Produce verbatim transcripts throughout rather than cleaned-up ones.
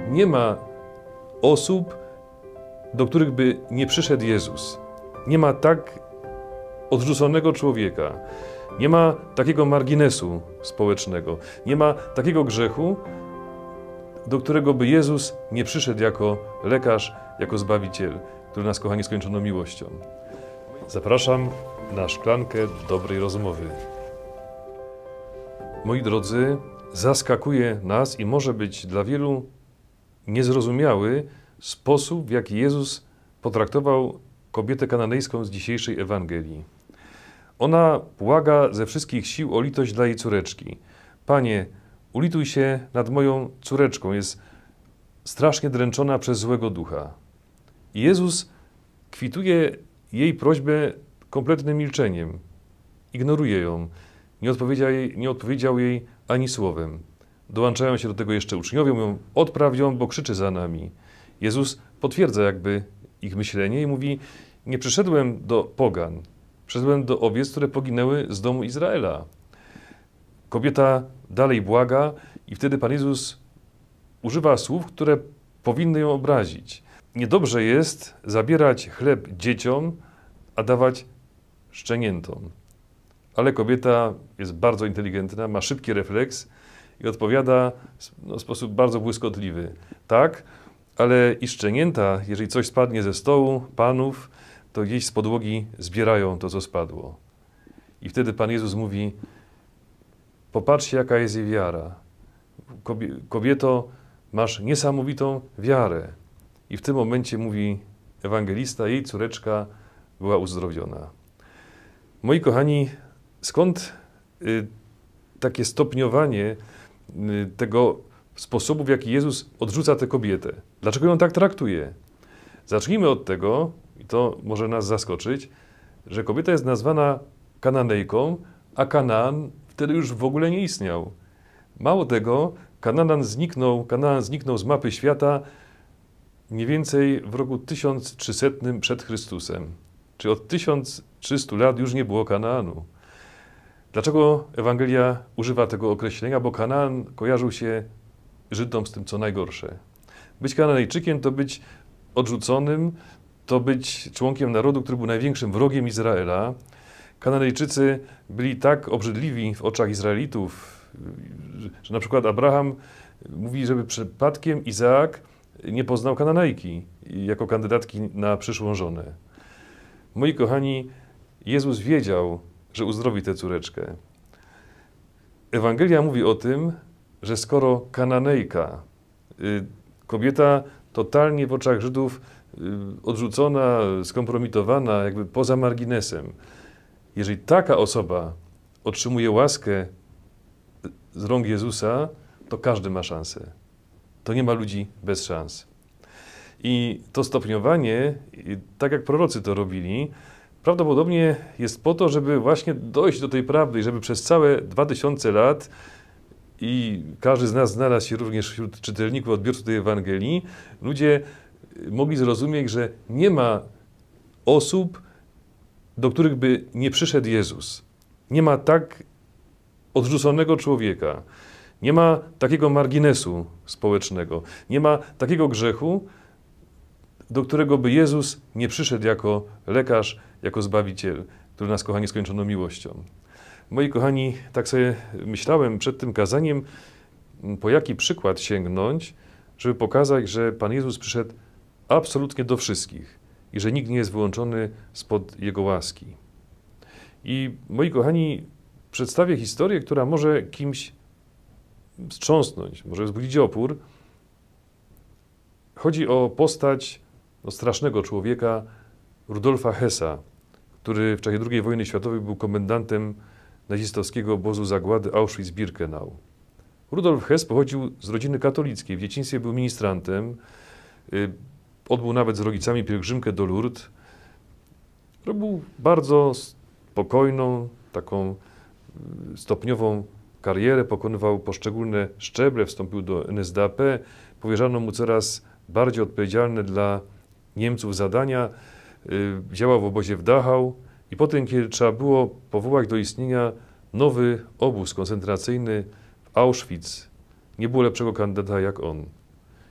Nie ma osób, do których by nie przyszedł Jezus. Nie ma tak odrzuconego człowieka. Nie ma takiego marginesu społecznego. Nie ma takiego grzechu, do którego by Jezus nie przyszedł jako lekarz, jako Zbawiciel, który nas kocha nieskończoną miłością. Zapraszam na szklankę dobrej rozmowy. Moi drodzy, zaskakuje nas i może być dla wielu niezrozumiały sposób, w jaki Jezus potraktował kobietę kananejską z dzisiejszej Ewangelii. Ona błaga ze wszystkich sił o litość dla jej córeczki. Panie, ulituj się nad moją córeczką, jest strasznie dręczona przez złego ducha. I Jezus kwituje jej prośbę kompletnym milczeniem. Ignoruje ją. Nie odpowiedział jej, nie odpowiedział jej ani słowem. Dołączają się do tego jeszcze uczniowie, mówią, odpraw ją, bo krzyczy za nami. Jezus potwierdza jakby ich myślenie i mówi, nie przyszedłem do pogan, przyszedłem do owiec, które poginęły z domu Izraela. Kobieta dalej błaga i wtedy Pan Jezus używa słów, które powinny ją obrazić. Niedobrze jest zabierać chleb dzieciom, a dawać szczeniętom. Ale kobieta jest bardzo inteligentna, ma szybki refleks i odpowiada no, w sposób bardzo błyskotliwy. Tak, ale i szczenięta, jeżeli coś spadnie ze stołu Panów, to gdzieś z podłogi zbierają to, co spadło. I wtedy Pan Jezus mówi, popatrzcie, jaka jest jej wiara. Kobieto, masz niesamowitą wiarę. I w tym momencie mówi ewangelista, jej córeczka była uzdrowiona. Moi kochani, skąd y, takie stopniowanie y, tego sposobu, w jaki Jezus odrzuca tę kobietę? Dlaczego ją tak traktuje? Zacznijmy od tego, i to może nas zaskoczyć, że kobieta jest nazwana Kananejką, a Kanaan wtedy już w ogóle nie istniał. Mało tego, Kanaan zniknął, Kanaan zniknął z mapy świata mniej więcej w roku tysiąc trzysetnym przed Chrystusem. Czyli od tysiąc trzystu lat już nie było Kanaanu. Dlaczego Ewangelia używa tego określenia? Bo Kanaan kojarzył się Żydom z tym, co najgorsze. Być Kananejczykiem to być odrzuconym, to być członkiem narodu, który był największym wrogiem Izraela. Kananejczycy byli tak obrzydliwi w oczach Izraelitów, że na przykład Abraham mówi, żeby przypadkiem Izaak nie poznał Kananejki jako kandydatki na przyszłą żonę. Moi kochani, Jezus wiedział, że uzdrowi tę córeczkę. Ewangelia mówi o tym, że skoro Kananejka, kobieta totalnie w oczach Żydów odrzucona, skompromitowana, jakby poza marginesem, jeżeli taka osoba otrzymuje łaskę z rąk Jezusa, to każdy ma szansę. To nie ma ludzi bez szans. I to stopniowanie, tak jak prorocy to robili, prawdopodobnie jest po to, żeby właśnie dojść do tej prawdy i żeby przez całe dwa tysiące lat i każdy z nas znalazł się również wśród czytelników, odbiorców tej Ewangelii, ludzie mogli zrozumieć, że nie ma osób, do których by nie przyszedł Jezus. Nie ma tak odrzuconego człowieka. Nie ma takiego marginesu społecznego. Nie ma takiego grzechu, do którego by Jezus nie przyszedł jako lekarz, jako Zbawiciel, który nas kocha nieskończoną miłością. Moi kochani, tak sobie myślałem przed tym kazaniem, po jaki przykład sięgnąć, żeby pokazać, że Pan Jezus przyszedł absolutnie do wszystkich i że nikt nie jest wyłączony spod Jego łaski. I moi kochani, przedstawię historię, która może kimś wstrząsnąć, może wzbudzić opór. Chodzi o postać no, strasznego człowieka, Rudolfa Hessa, który w czasie drugiej wojny światowej był komendantem nazistowskiego obozu zagłady Auschwitz-Birkenau. Rudolf Hess pochodził z rodziny katolickiej, w dzieciństwie był ministrantem, odbył nawet z rodzicami pielgrzymkę do Lourdes. Robił bardzo spokojną, taką stopniową karierę, pokonywał poszczególne szczeble, wstąpił do N S D A P, powierzano mu coraz bardziej odpowiedzialne dla Niemców zadania, działał w obozie w Dachau i potem, kiedy trzeba było powołać do istnienia nowy obóz koncentracyjny w Auschwitz, nie było lepszego kandydata jak on.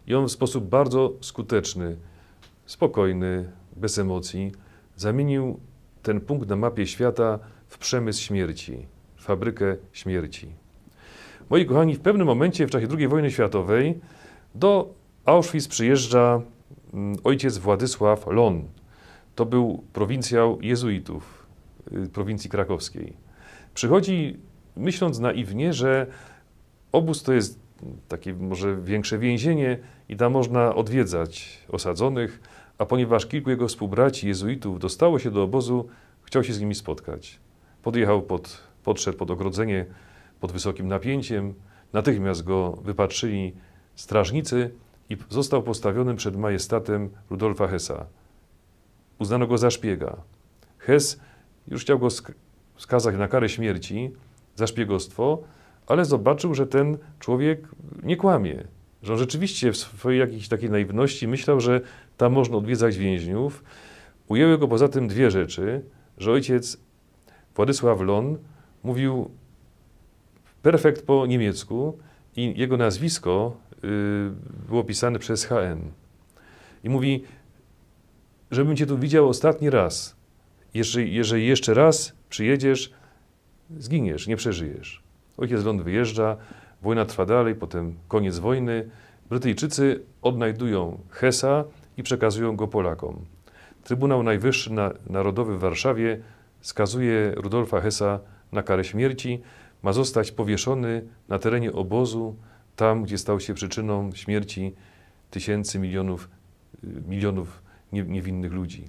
I on w sposób bardzo skuteczny, spokojny, bez emocji, zamienił ten punkt na mapie świata w przemysł śmierci, fabrykę śmierci. Moi kochani, w pewnym momencie w czasie drugiej wojny światowej do Auschwitz przyjeżdża ojciec Władysław Lon. To był prowincjał jezuitów prowincji krakowskiej. Przychodzi myśląc naiwnie, że obóz to jest takie może większe więzienie i tam można odwiedzać osadzonych, a ponieważ kilku jego współbraci jezuitów dostało się do obozu, chciał się z nimi spotkać. Podjechał pod, podszedł pod ogrodzenie pod wysokim napięciem, natychmiast go wypatrzyli strażnicy i został postawiony przed majestatem Rudolfa Hessa. Uznano go za szpiega. Hess już chciał go skazać na karę śmierci za szpiegostwo, ale zobaczył, że ten człowiek nie kłamie, że on rzeczywiście w swojej jakiejś takiej naiwności myślał, że tam można odwiedzać więźniów. Ujęły go poza tym dwie rzeczy, że ojciec Władysław Lon mówił perfekt po niemiecku i jego nazwisko y, było pisane przez H N. I mówi, żebym cię tu widział ostatni raz. Jeżeli, jeżeli jeszcze raz przyjedziesz, zginiesz, nie przeżyjesz. Ojciec Lon wyjeżdża, wojna trwa dalej, potem koniec wojny. Brytyjczycy odnajdują Hessa i przekazują go Polakom. Trybunał Najwyższy Narodowy w Warszawie skazuje Rudolfa Hessa na karę śmierci. Ma zostać powieszony na terenie obozu, tam, gdzie stał się przyczyną śmierci tysięcy, milionów, milionów niewinnych ludzi.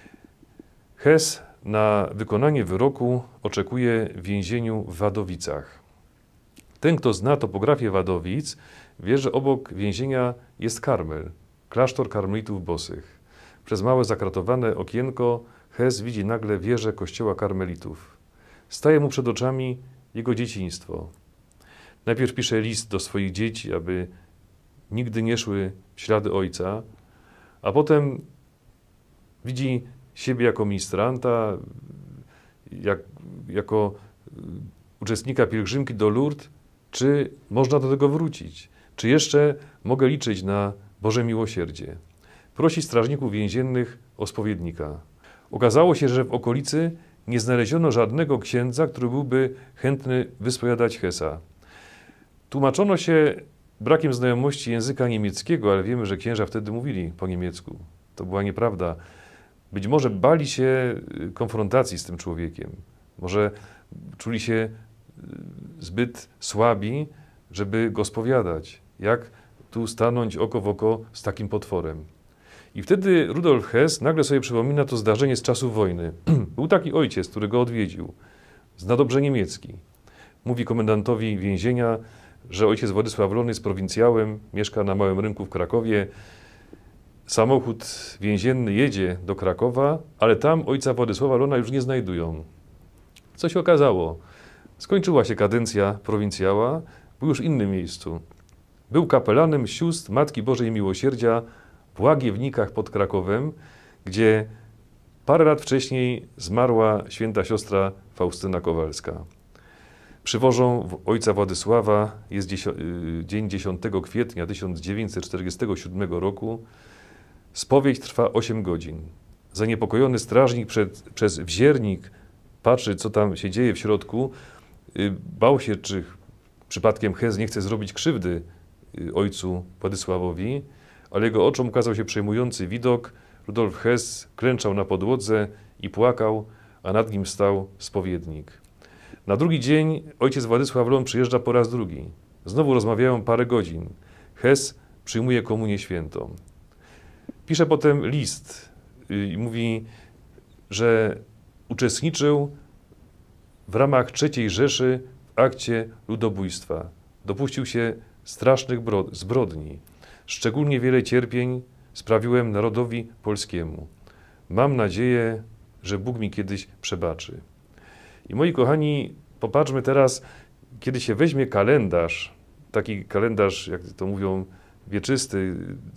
Hess na wykonanie wyroku oczekuje w więzieniu w Wadowicach. Ten, kto zna topografię Wadowic, wie, że obok więzienia jest Karmel, klasztor karmelitów bosych. Przez małe zakratowane okienko Hess widzi nagle wieżę kościoła karmelitów. Staje mu przed oczami jego dzieciństwo. Najpierw pisze list do swoich dzieci, aby nigdy nie szły w ślady ojca, a potem widzi siebie jako ministranta, jak, jako uczestnika pielgrzymki do Lourdes. Czy można do tego wrócić? Czy jeszcze mogę liczyć na Boże miłosierdzie? Prosi strażników więziennych o spowiednika. Okazało się, że w okolicy nie znaleziono żadnego księdza, który byłby chętny wyspowiadać Hessa. Tłumaczono się brakiem znajomości języka niemieckiego, ale wiemy, że księża wtedy mówili po niemiecku. To była nieprawda. Być może bali się konfrontacji z tym człowiekiem. Może czuli się zbyt słabi, żeby go spowiadać. Jak tu stanąć oko w oko z takim potworem? I wtedy Rudolf Hess nagle sobie przypomina to zdarzenie z czasów wojny. Był taki ojciec, który go odwiedził. Zna dobrze niemiecki. Mówi komendantowi więzienia, że ojciec Władysław Lon jest prowincjałem, mieszka na Małym Rynku w Krakowie. Samochód więzienny jedzie do Krakowa, ale tam ojca Władysława Lona już nie znajdują. Co się okazało? Skończyła się kadencja prowincjała, był już w innym miejscu. Był kapelanem sióstr Matki Bożej Miłosierdzia w Łagiewnikach pod Krakowem, gdzie parę lat wcześniej zmarła święta siostra Faustyna Kowalska. Przywożą ojca Władysława, jest dzień dziesiątego kwietnia tysiąc dziewięćset czterdziestego siódmego roku. Spowiedź trwa osiem godzin. Zaniepokojony strażnik przed, przez wziernik patrzy, co tam się dzieje w środku. Bał się, czy przypadkiem Hess nie chce zrobić krzywdy ojcu Władysławowi, ale jego oczom ukazał się przejmujący widok. Rudolf Hess klęczał na podłodze i płakał, a nad nim stał spowiednik. Na drugi dzień ojciec Władysław Lon przyjeżdża po raz drugi. Znowu rozmawiają parę godzin. Hess przyjmuje komunię świętą. Pisze potem list i mówi, że uczestniczył w ramach trzeciej Rzeszy w akcie ludobójstwa. Dopuścił się strasznych zbrodni. Szczególnie wiele cierpień sprawiłem narodowi polskiemu. Mam nadzieję, że Bóg mi kiedyś przebaczy. I moi kochani, popatrzmy teraz, kiedy się weźmie kalendarz, taki kalendarz, jak to mówią, wieczysty,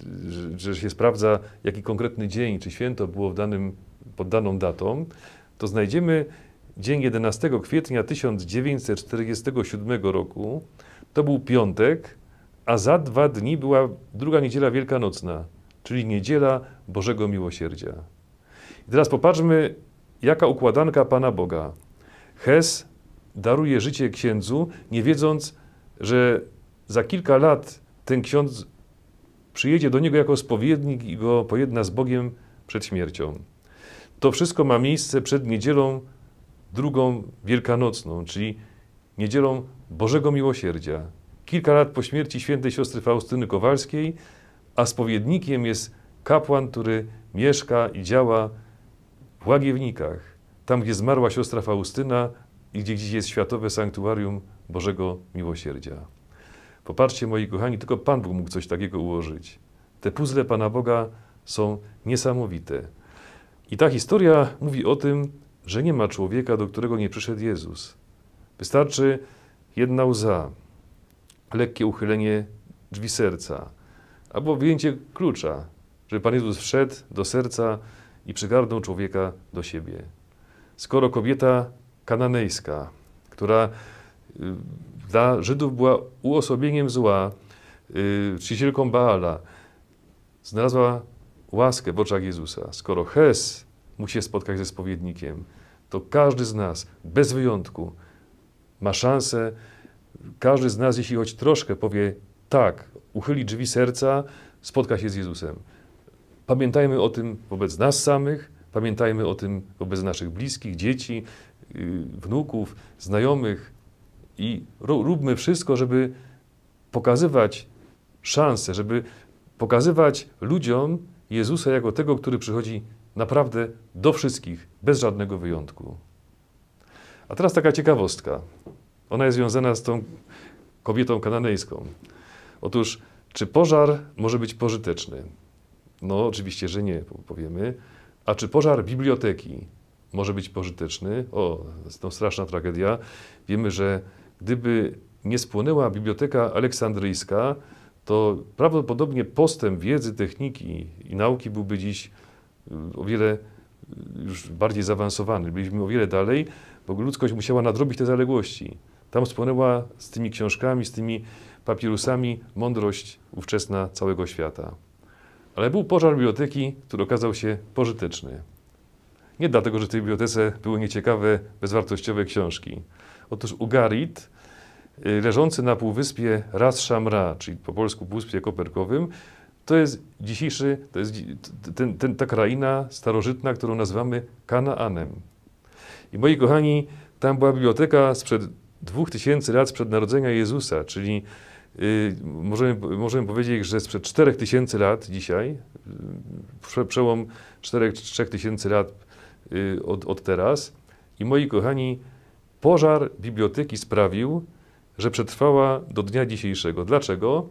że się sprawdza, jaki konkretny dzień czy święto było w danym, pod daną datą, to znajdziemy dzień jedenastego kwietnia tysiąc dziewięćset czterdziestego siódmego roku. To był piątek, a za dwa dni była druga niedziela wielkanocna, czyli niedziela Bożego Miłosierdzia. I teraz popatrzmy, jaka układanka Pana Boga. Hes daruje życie księdzu, nie wiedząc, że za kilka lat ten ksiądz przyjedzie do niego jako spowiednik i go pojedna z Bogiem przed śmiercią. To wszystko ma miejsce przed niedzielą drugą wielkanocną, czyli niedzielą Bożego Miłosierdzia. Kilka lat po śmierci świętej siostry Faustyny Kowalskiej, a spowiednikiem jest kapłan, który mieszka i działa w Łagiewnikach, tam gdzie zmarła siostra Faustyna i gdzie dziś jest Światowe Sanktuarium Bożego Miłosierdzia. Popatrzcie, moi kochani, tylko Pan Bóg mógł coś takiego ułożyć. Te puzzle Pana Boga są niesamowite. I ta historia mówi o tym, że nie ma człowieka, do którego nie przyszedł Jezus. Wystarczy jedna łza, lekkie uchylenie drzwi serca, albo wyjęcie klucza, żeby Pan Jezus wszedł do serca i przygarnął człowieka do siebie. Skoro kobieta kananejska, która dla Żydów była uosobieniem zła, yy, czcicielką Baala, znalazła łaskę w oczach Jezusa. Skoro Hes musi się spotkać ze spowiednikiem, to każdy z nas, bez wyjątku, ma szansę, każdy z nas, jeśli choć troszkę powie tak, uchyli drzwi serca, spotka się z Jezusem. Pamiętajmy o tym wobec nas samych, pamiętajmy o tym wobec naszych bliskich, dzieci, yy, wnuków, znajomych i róbmy wszystko, żeby pokazywać szansę, żeby pokazywać ludziom Jezusa jako tego, który przychodzi naprawdę do wszystkich, bez żadnego wyjątku. A teraz taka ciekawostka. Ona jest związana z tą kobietą kananejską. Otóż, czy pożar może być pożyteczny? No, oczywiście, że nie, powiemy. A czy pożar biblioteki może być pożyteczny? O, to straszna tragedia. Wiemy, że gdyby nie spłonęła Biblioteka Aleksandryjska, to prawdopodobnie postęp wiedzy, techniki i nauki byłby dziś o wiele już bardziej zaawansowany. Byliśmy o wiele dalej, bo ludzkość musiała nadrobić te zaległości. Tam spłonęła z tymi książkami, z tymi papirusami mądrość ówczesna całego świata. Ale był pożar biblioteki, który okazał się pożyteczny. Nie dlatego, że w tej bibliotece były nieciekawe, bezwartościowe książki. Otóż Ugarit, leżący na półwyspie Ras Shamra, czyli po polsku półwyspie koperkowym, to jest dzisiejszy, to jest ten, ten, ta kraina starożytna, którą nazywamy Kanaanem. I moi kochani, tam była biblioteka sprzed dwóch tysięcy lat sprzed narodzenia Jezusa, czyli yy, możemy, możemy powiedzieć, że sprzed czterech tysięcy lat dzisiaj, prze, przełom czterech trzech tysięcy lat yy, od, od teraz. I moi kochani, pożar biblioteki sprawił, że przetrwała do dnia dzisiejszego. Dlaczego?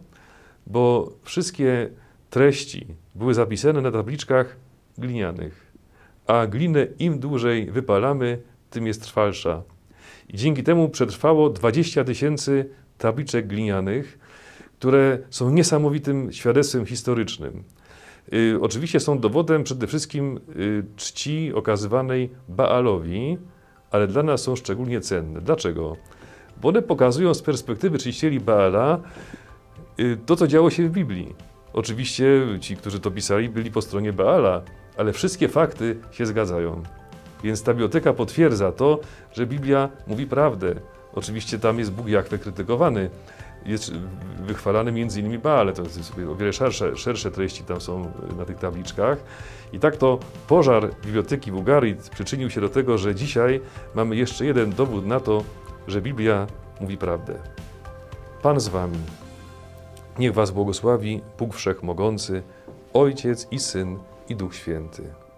Bo wszystkie treści były zapisane na tabliczkach glinianych, a glinę im dłużej wypalamy, tym jest trwalsza. I dzięki temu przetrwało dwadzieścia tysięcy tabliczek glinianych, które są niesamowitym świadectwem historycznym. Yy, oczywiście są dowodem przede wszystkim yy, czci okazywanej Baalowi, ale dla nas są szczególnie cenne. Dlaczego? Bo one pokazują z perspektywy czcicieli Baala yy, to, co działo się w Biblii. Oczywiście ci, którzy to pisali, byli po stronie Baala, ale wszystkie fakty się zgadzają. Więc ta biblioteka potwierdza to, że Biblia mówi prawdę. Oczywiście tam jest Bóg Jahwe krytykowany, jest wychwalany między innymi Baal, to jest o wiele szersze, szersze treści tam są na tych tabliczkach. I tak to pożar biblioteki w Ugarit przyczynił się do tego, że dzisiaj mamy jeszcze jeden dowód na to, że Biblia mówi prawdę. Pan z wami. Niech was błogosławi Bóg Wszechmogący, Ojciec i Syn i Duch Święty.